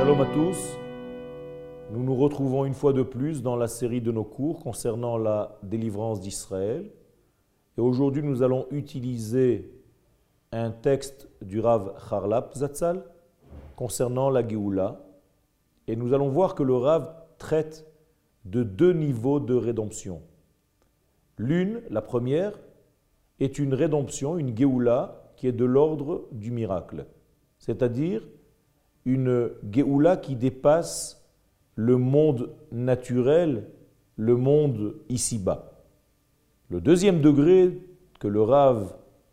Shalom à tous, nous nous retrouvons une fois de plus dans la série de nos cours concernant la délivrance d'Israël. Et aujourd'hui nous allons utiliser un texte du Rav Charlap Zatzal concernant la Géoula. Et nous allons voir que le Rav traite de deux niveaux de rédemption. L'une, la première, est une rédemption, une Géoula qui est de l'ordre du miracle. C'est-à-dire une Géoula qui dépasse le monde naturel, le monde ici-bas. Le deuxième degré que le Rav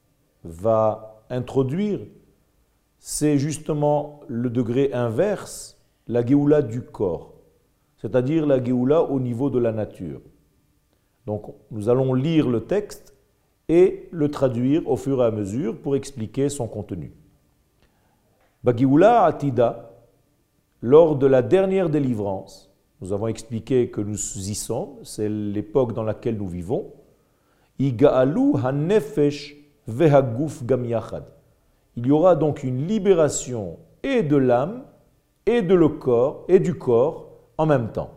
va introduire, c'est justement le degré inverse, la Géoula du corps, c'est-à-dire la Géoula au niveau de la nature. Donc nous allons lire le texte et le traduire au fur et à mesure pour expliquer son contenu. Bagioula Atida, lors de la dernière délivrance, nous avons expliqué que nous y sommes, c'est l'époque dans laquelle nous vivons. Iga'alu hanefesh vehaguf gam yachad. Il y aura donc une libération et de l'âme et de le corps et du corps en même temps.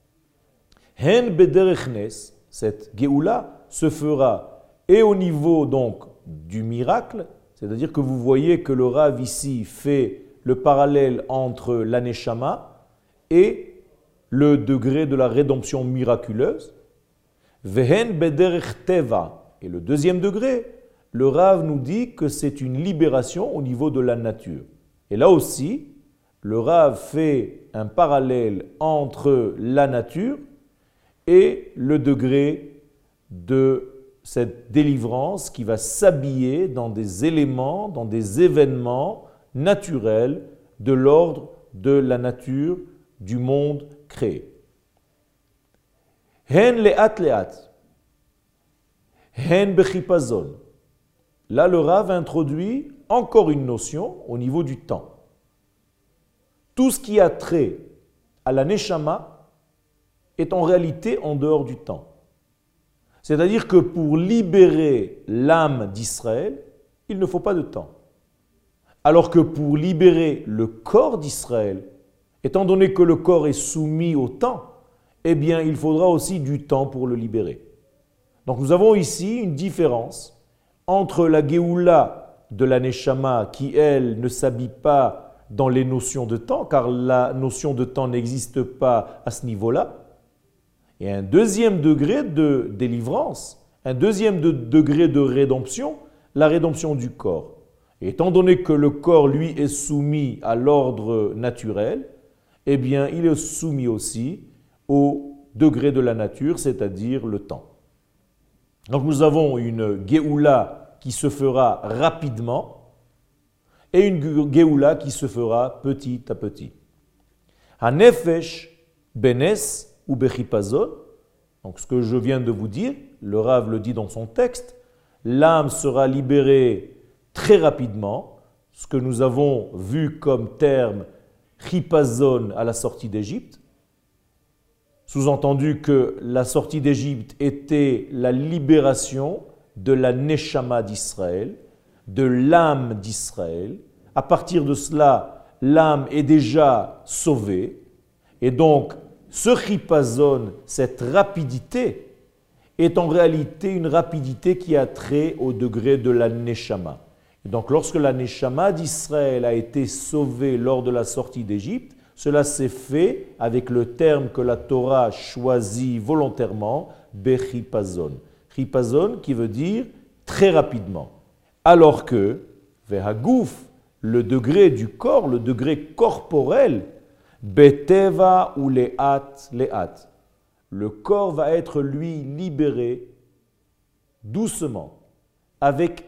Hen bederechnes, cette Géoula se fera et au niveau donc du miracle, c'est-à-dire que vous voyez que le Rav ici fait le parallèle entre l'aneshama et le degré de la rédemption miraculeuse. Vehen bederech teva. Et le deuxième degré, le Rav nous dit que c'est une libération au niveau de la nature. Et là aussi, le Rav fait un parallèle entre la nature et le degré de cette délivrance qui va s'habiller dans des éléments, dans des événements naturels de l'ordre de la nature du monde créé. Hen leat leat, hen bechipazon. Là, le Rav introduit encore une notion au niveau du temps. Tout ce qui a trait à la neshama est en réalité en dehors du temps. C'est-à-dire que pour libérer l'âme d'Israël, il ne faut pas de temps. Alors que pour libérer le corps d'Israël, étant donné que le corps est soumis au temps, eh bien il faudra aussi du temps pour le libérer. Donc nous avons ici une différence entre la Géoula de la Neshama qui, elle, ne s'habille pas dans les notions de temps, car la notion de temps n'existe pas à ce niveau-là, et un deuxième degré de délivrance, un deuxième degré de rédemption, la rédemption du corps. Et étant donné que le corps, lui, est soumis à l'ordre naturel, eh bien, il est soumis aussi au degré de la nature, c'est-à-dire le temps. Donc nous avons une Géoula qui se fera rapidement et une Géoula qui se fera petit à petit. Hanefesh benes ou bechipazon, donc ce que je viens de vous dire, le Rav le dit dans son texte, l'âme sera libérée très rapidement, ce que nous avons vu comme terme chipazon à la sortie d'Égypte, sous-entendu que la sortie d'Égypte était la libération de la neshama d'Israël, de l'âme d'Israël. À partir de cela, l'âme est déjà sauvée, et donc ce chipazon, cette rapidité, est en réalité une rapidité qui a trait au degré de la neshama. Et donc lorsque la neshama d'Israël a été sauvée lors de la sortie d'Égypte, cela s'est fait avec le terme que la Torah choisit volontairement, bechipazon. Chipazon qui veut dire très rapidement. Alors que, vehaguf, le degré du corps, le degré corporel, beteva ou leat, leat. Le corps va être, lui, libéré doucement, avec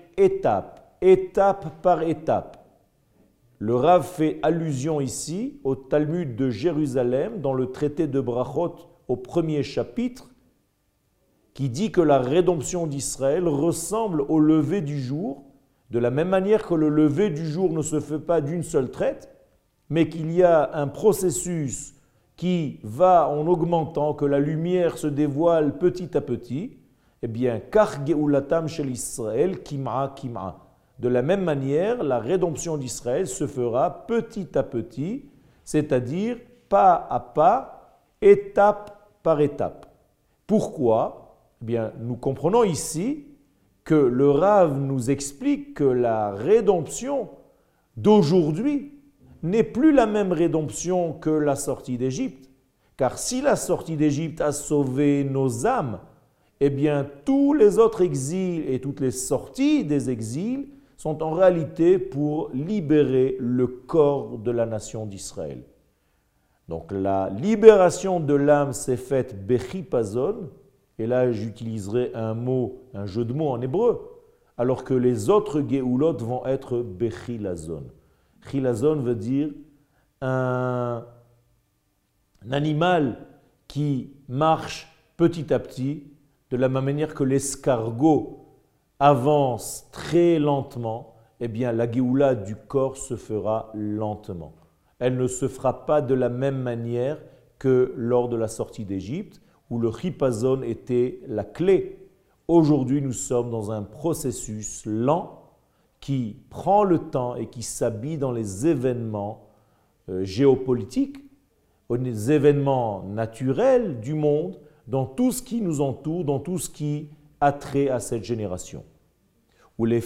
étape par étape. Le Rav fait allusion ici au Talmud de Jérusalem, dans le traité de Brachot, au premier chapitre, qui dit que la rédemption d'Israël ressemble au lever du jour, de la même manière que le lever du jour ne se fait pas d'une seule traite, mais qu'il y a un processus qui va en augmentant, que la lumière se dévoile petit à petit, eh bien, kach geulatam shel Israël kim'a kim'a. De la même manière, la rédemption d'Israël se fera petit à petit, c'est-à-dire pas à pas, étape par étape. Pourquoi? Eh bien, nous comprenons ici que le Rav nous explique que la rédemption d'aujourd'hui n'est plus la même rédemption que la sortie d'Égypte. Car si la sortie d'Égypte a sauvé nos âmes, eh bien tous les autres exils et toutes les sorties des exils sont en réalité pour libérer le corps de la nation d'Israël. Donc la libération de l'âme s'est faite bechipazon, et là j'utiliserai un jeu de mots en hébreu, alors que les autres geoulot vont être bechilazon. Chilazon veut dire un animal qui marche petit à petit, de la même manière que l'escargot avance très lentement, eh bien la Géoula du corps se fera lentement. Elle ne se fera pas de la même manière que lors de la sortie d'Égypte, où le chipazon était la clé. Aujourd'hui, nous sommes dans un processus lent qui prend le temps et qui s'habille dans les événements géopolitiques, les événements naturels du monde, dans tout ce qui nous entoure, dans tout ce qui a trait à cette génération. Le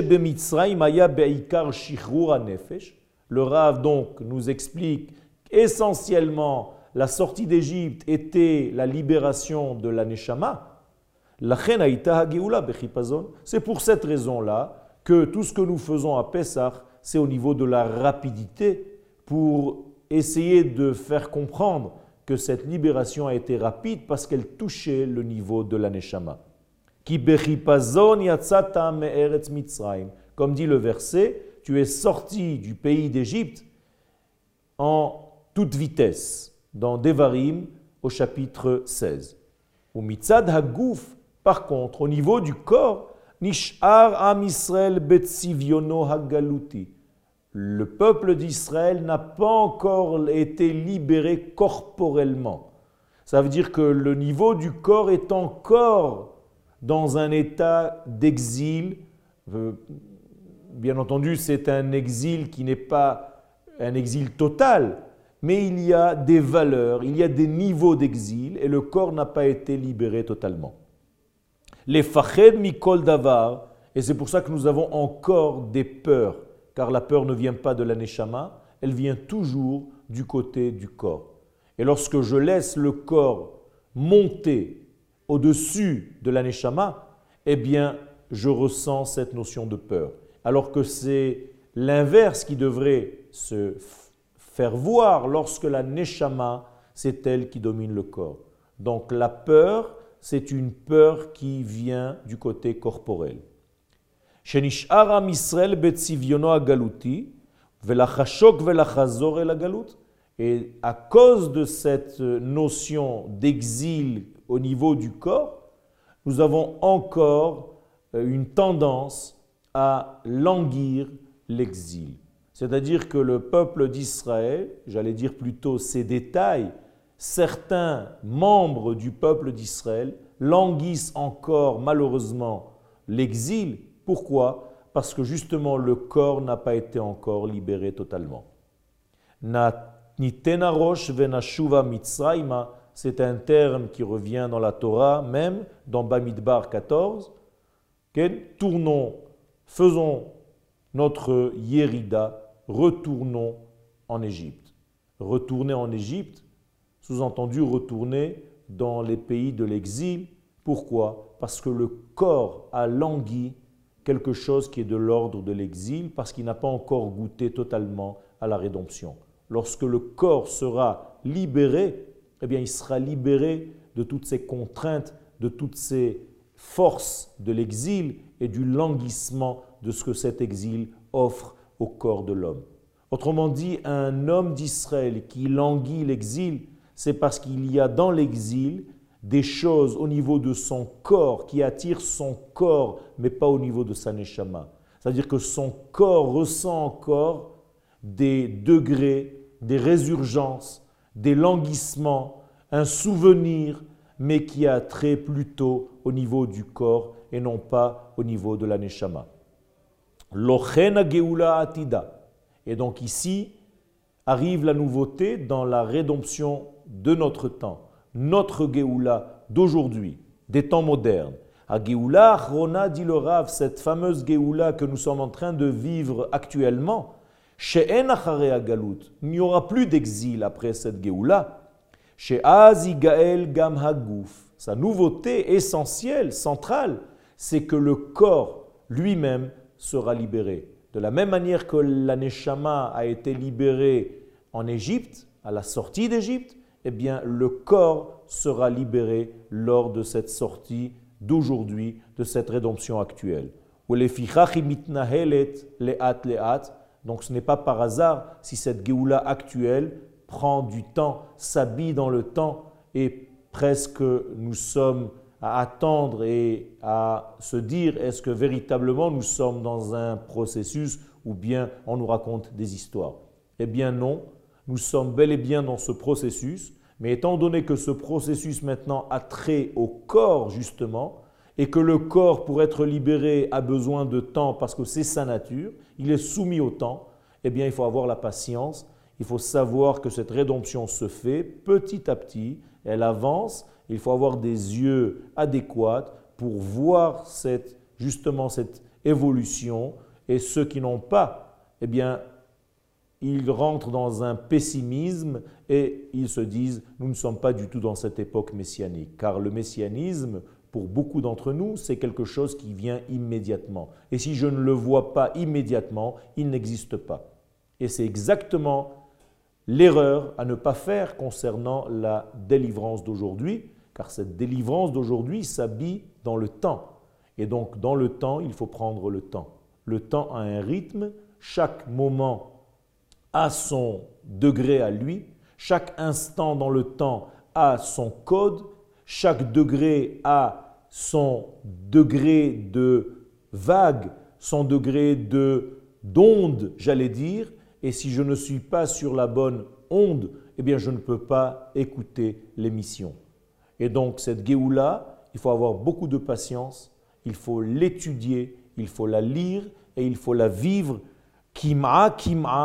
Rav donc nous explique essentiellement la sortie d'Égypte était la libération de la Neshama. C'est pour cette raison-là que tout ce que nous faisons à Pessah, c'est au niveau de la rapidité pour essayer de faire comprendre que cette libération a été rapide parce qu'elle touchait le niveau de la Neshama. Comme dit le verset, tu es sorti du pays d'Égypte en toute vitesse, dans Devarim au chapitre 16. Ou mitzad hagouf, par contre, au niveau du corps, nishar am Israël betzivyono hagaluti. Le peuple d'Israël n'a pas encore été libéré corporellement. Ça veut dire que le niveau du corps est encore dans un état d'exil. Bien entendu, c'est un exil qui n'est pas un exil total, mais il y a des valeurs, il y a des niveaux d'exil et le corps n'a pas été libéré totalement. Les fached mikol davar, et c'est pour ça que nous avons encore des peurs, car la peur ne vient pas de la neshama, elle vient toujours du côté du corps. Et lorsque je laisse le corps monter au-dessus de la neshama, eh bien, je ressens cette notion de peur. Alors que c'est l'inverse qui devrait se faire voir lorsque la neshama, c'est elle qui domine le corps. Donc la peur, c'est une peur qui vient du côté corporel. שנשאר עם ישראל בצביונו הגלותי, ולחשוק ולחזור אל הגלות. Et à cause de cette notion d'exil au niveau du corps, nous avons encore une tendance à languir l'exil. C'est-à-dire que le peuple d'Israël, j'allais dire plutôt ses détails, certains membres du peuple d'Israël languissent encore malheureusement l'exil. Pourquoi? Parce que justement le corps n'a pas été encore libéré totalement. C'est un terme qui revient dans la Torah, même dans Bamidbar 14. Tournons, faisons notre Yérida, retournons en Égypte. Retourner en Égypte, sous-entendu retourner dans les pays de l'exil. Pourquoi? Parce que le corps a langui quelque chose qui est de l'ordre de l'exil, parce qu'il n'a pas encore goûté totalement à la rédemption. Lorsque le corps sera libéré, eh bien, il sera libéré de toutes ces contraintes, de toutes ces forces de l'exil et du languissement de ce que cet exil offre au corps de l'homme. Autrement dit, un homme d'Israël qui languit l'exil, c'est parce qu'il y a dans l'exil des choses au niveau de son corps qui attirent son corps, mais pas au niveau de sa neshama. C'est-à-dire que son corps ressent encore des degrés, des résurgences, des languissements, un souvenir, mais qui a trait plutôt au niveau du corps et non pas au niveau de la neshama. Lochen geoula atida. Et donc ici, arrive la nouveauté dans la rédemption de notre temps, notre Géoula d'aujourd'hui, des temps modernes. A Géoula Achrona, dit le Rav, cette fameuse Géoula que nous sommes en train de vivre actuellement, She'en Acharei Galut, il n'y aura plus d'exil après cette Géoula. She'az Yigael Gam Haguf, sa nouveauté essentielle, centrale, c'est que le corps lui-même sera libéré. De la même manière que la Neshama a été libérée en Égypte, à la sortie d'Égypte, eh bien le corps sera libéré lors de cette sortie d'aujourd'hui, de cette rédemption actuelle. Donc ce n'est pas par hasard si cette Géoula actuelle prend du temps, s'habille dans le temps et presque nous sommes à attendre et à se dire est-ce que véritablement nous sommes dans un processus ou bien on nous raconte des histoires. Eh bien non, nous sommes bel et bien dans ce processus, mais étant donné que ce processus maintenant a trait au corps justement, et que le corps pour être libéré a besoin de temps parce que c'est sa nature, il est soumis au temps, eh bien il faut avoir la patience, il faut savoir que cette rédemption se fait petit à petit, elle avance, il faut avoir des yeux adéquats pour voir justement cette évolution, et ceux qui n'ont pas, eh bien ils rentrent dans un pessimisme et ils se disent nous ne sommes pas du tout dans cette époque messianique, car le messianisme, pour beaucoup d'entre nous, c'est quelque chose qui vient immédiatement. Et si je ne le vois pas immédiatement, il n'existe pas. Et c'est exactement l'erreur à ne pas faire concernant la délivrance d'aujourd'hui, car cette délivrance d'aujourd'hui s'habille dans le temps. Et donc, dans le temps, il faut prendre le temps. Le temps a un rythme, chaque moment a son degré à lui, chaque instant dans le temps a son code, chaque degré a son degré de vague, son degré d'onde, j'allais dire, et si je ne suis pas sur la bonne onde, eh bien je ne peux pas écouter l'émission. Et donc cette Géoula, il faut avoir beaucoup de patience, il faut l'étudier, il faut la lire et il faut la vivre kim'a,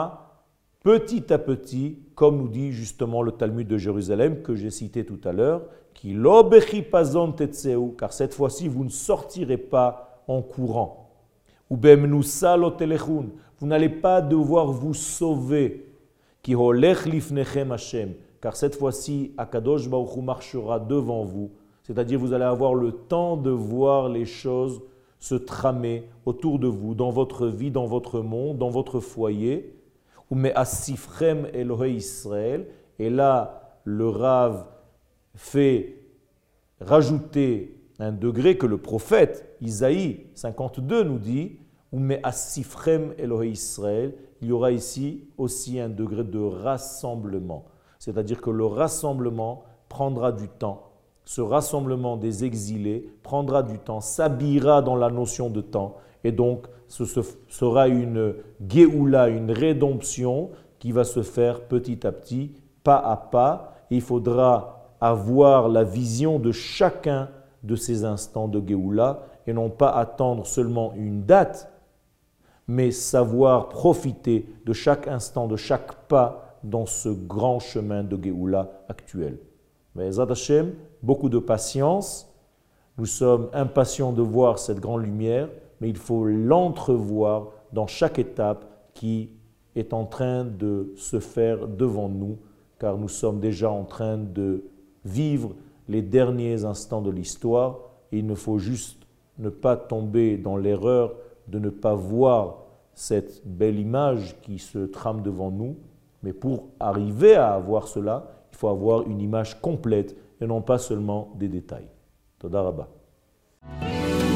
petit à petit, comme nous dit justement le Talmud de Jérusalem que j'ai cité tout à l'heure, qui lo bechipazon tetseu, car cette fois-ci vous ne sortirez pas en courant. Ou bemnusa lo telechun, vous n'allez pas devoir vous sauver. Ki holech lifnechem Hashem, car cette fois-ci Akadosh Baruch Hu marchera devant vous, c'est-à-dire vous allez avoir le temps de voir les choses se tramer autour de vous, dans votre vie, dans votre monde, dans votre foyer. Ou me asifrem Elohei Israël, et là le Rav fait rajouter un degré que le prophète Isaïe 52 nous dit, ou me asifrem Elohei Israël, il y aura ici aussi un degré de rassemblement. C'est-à-dire que le rassemblement prendra du temps. Ce rassemblement des exilés prendra du temps, s'habillera dans la notion de temps. Et donc, ce sera une Géoula, une rédemption qui va se faire petit à petit, pas à pas. Et il faudra avoir la vision de chacun de ces instants de Géoula et non pas attendre seulement une date, mais savoir profiter de chaque instant, de chaque pas dans ce grand chemin de Géoula actuel. Mais Zad Hashem, beaucoup de patience. Nous sommes impatients de voir cette grande lumière, mais il faut l'entrevoir dans chaque étape qui est en train de se faire devant nous, car nous sommes déjà en train de vivre les derniers instants de l'histoire, et il ne faut juste ne pas tomber dans l'erreur de ne pas voir cette belle image qui se trame devant nous, mais pour arriver à avoir cela, il faut avoir une image complète et non pas seulement des détails. Toda Rabba.